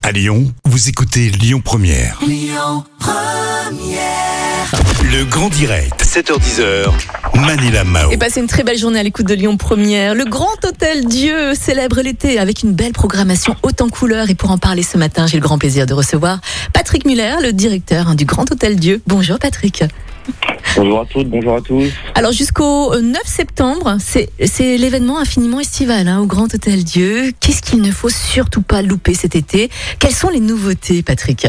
À Lyon, vous écoutez Lyon Première. Lyon Première. Le grand direct, 7h10, Manila Mao. Et passez une très belle journée à l'écoute de Lyon Première. Le Grand Hôtel Dieu célèbre l'été avec une belle programmation haute en couleurs. Et pour en parler ce matin, j'ai le grand plaisir de recevoir Patrick Muller, le directeur du Grand Hôtel Dieu. Bonjour Patrick. Bonjour à toutes, bonjour à tous. Alors jusqu'au 9 septembre, c'est l'événement infiniment estival au Grand Hôtel Dieu. Qu'est-ce qu'il ne faut surtout pas louper cet été? Quelles sont les nouveautés, Patrick?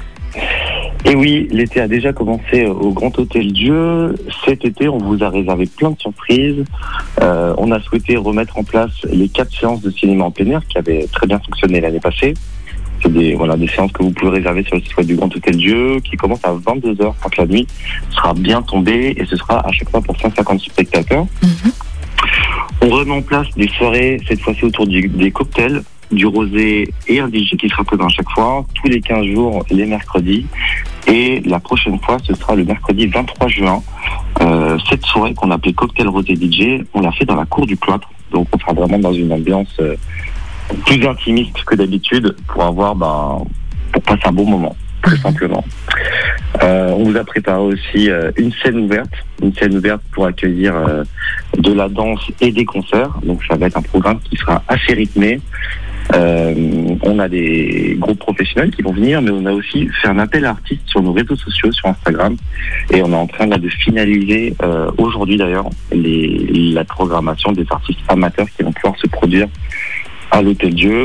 Et oui, l'été a déjà commencé au Grand Hôtel Dieu. Cet été, on vous a réservé plein de surprises. On a souhaité remettre en place les 4 séances de cinéma en plein air qui avaient très bien fonctionné l'année passée. C'est des séances que vous pouvez réserver sur le site web du Grand Hôtel Dieu, qui commence à 22h quand la nuit sera bien tombée, et ce sera à chaque fois pour 150 spectateurs. On remet en place des soirées, cette fois-ci autour des cocktails, du rosé et un DJ qui sera présent à chaque fois, tous les 15 jours, les mercredis. Et la prochaine fois, ce sera le mercredi 23 juin. Cette soirée qu'on appelait Cocktail Rosé DJ, on l'a fait dans la cour du cloître. Donc on sera vraiment dans une ambiance plus intimiste que d'habitude pour passer un bon moment, très simplement. On vous a préparé aussi une scène ouverte pour accueillir de la danse et des concerts. Donc ça va être un programme qui sera assez rythmé. On a des groupes professionnels qui vont venir, mais on a aussi fait un appel à artistes sur nos réseaux sociaux, sur Instagram, et on est en train de finaliser aujourd'hui d'ailleurs la programmation des artistes amateurs qui vont pouvoir se produire à l'Hôtel Dieu.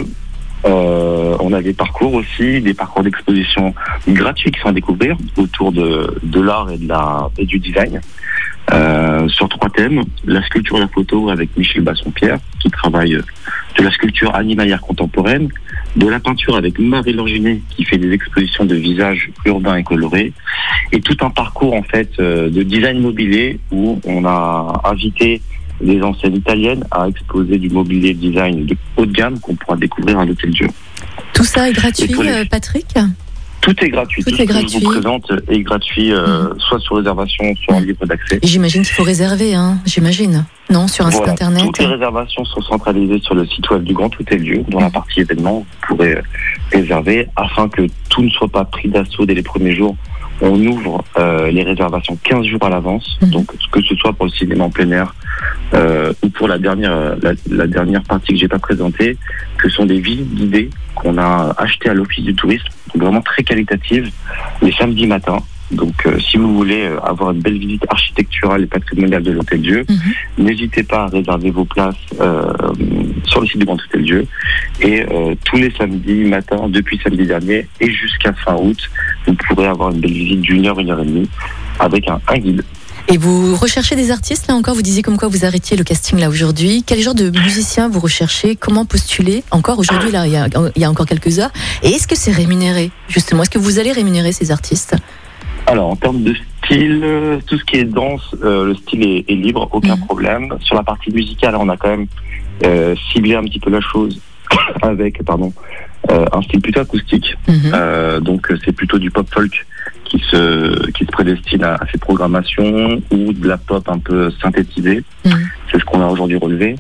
On a des parcours aussi, des parcours d'exposition gratuits qui sont à découvrir autour de l'art et du design, sur 3 thèmes: la sculpture et la photo avec Michel Basson-Pierre qui travaille de la sculpture animalière contemporaine, de la peinture avec Marie Lorginet qui fait des expositions de visages urbains et colorés, et tout un parcours en fait de design mobilier où on a invité des enseignes italiennes à exposer du mobilier design de haut de gamme qu'on pourra découvrir à l'Hôtel Dieu. Tout ça est gratuit, Patrick? Tout est gratuit. Tout ce que je vous présente est gratuit, soit sur réservation, soit en libre d'accès. Et j'imagine qu'il faut réserver, j'imagine. Non, sur un site internet. Toutes les réservations sont centralisées sur le site web du Grand Hôtel Dieu. Dans la partie événements, vous pourrez réserver afin que tout ne soit pas pris d'assaut dès les premiers jours. On ouvre les réservations 15 jours à l'avance, donc que ce soit pour le cinéma en plein air ou pour la dernière partie que j'ai pas présentée, que sont des visites guidées qu'on a achetées à l'Office du tourisme, donc vraiment très qualitatives, les samedis matins. Donc si vous voulez avoir une belle visite architecturale et patrimoniale de l'Hôtel Dieu, n'hésitez pas à réserver vos places sur le site du Grand Hôtel Dieu. Et tous les samedis matins, depuis samedi dernier et jusqu'à fin août, vous pourrez avoir une belle visite d'1 heure, 1 heure et demie avec un guide. Et vous recherchez des artistes, là encore, vous disiez comme quoi vous arrêtiez le casting là aujourd'hui. Quel genre de musiciens vous recherchez? Comment postuler? Encore aujourd'hui, là, il y a encore quelques heures. Et est-ce que c'est rémunéré, justement? Est-ce que vous allez rémunérer ces artistes? Alors, en termes de style, tout ce qui est danse, le style est libre, aucun problème. Sur la partie musicale, on a quand même ciblé un petit peu la chose avec un style plutôt acoustique. Donc, c'est plutôt du pop-folk qui se prédestine à ces programmations, ou de la pop un peu synthétisée. C'est ce qu'on a aujourd'hui relevé.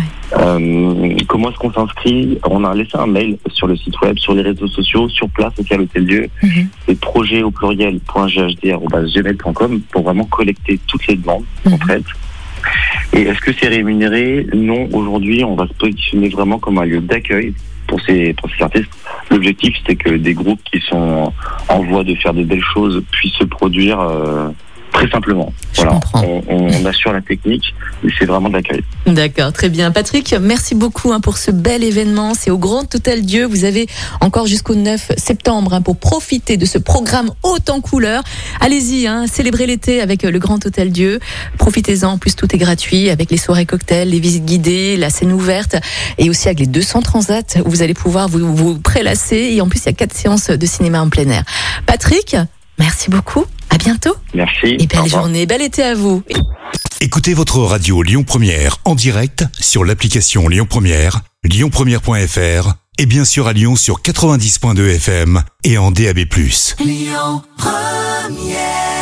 Comment est-ce qu'on s'inscrit? On a laissé un mail sur le site web, sur les réseaux sociaux, sur place aussi à l'Hôtel Dieu, et projet au pluriel.ghd@gmail.com pour vraiment collecter toutes les demandes qu'on traite. Et est-ce que c'est rémunéré? Non, aujourd'hui on va se positionner vraiment comme un lieu d'accueil pour ces artistes. L'objectif, c'est que des groupes qui sont en voie de faire de belles choses puissent se produire très simplement. On assure la technique, mais c'est vraiment de l'accueil. D'accord, très bien. Patrick, merci beaucoup pour ce bel événement. C'est au Grand Hôtel Dieu. Vous avez encore jusqu'au 9 septembre pour profiter de ce programme haut en couleurs. Allez-y, célébrez l'été avec le Grand Hôtel Dieu. Profitez-en, en plus tout est gratuit avec les soirées cocktails, les visites guidées, la scène ouverte, et aussi avec les 200 transats où vous allez pouvoir vous prélasser. Et en plus, il y a 4 séances de cinéma en plein air. Patrick, merci beaucoup. À bientôt. Merci. Et belle journée, bel été à vous. Écoutez votre radio Lyon Première en direct sur l'application Lyon Première, lyonpremière.fr, et bien sûr à Lyon sur 90.2 FM et en DAB+. Lyon Première.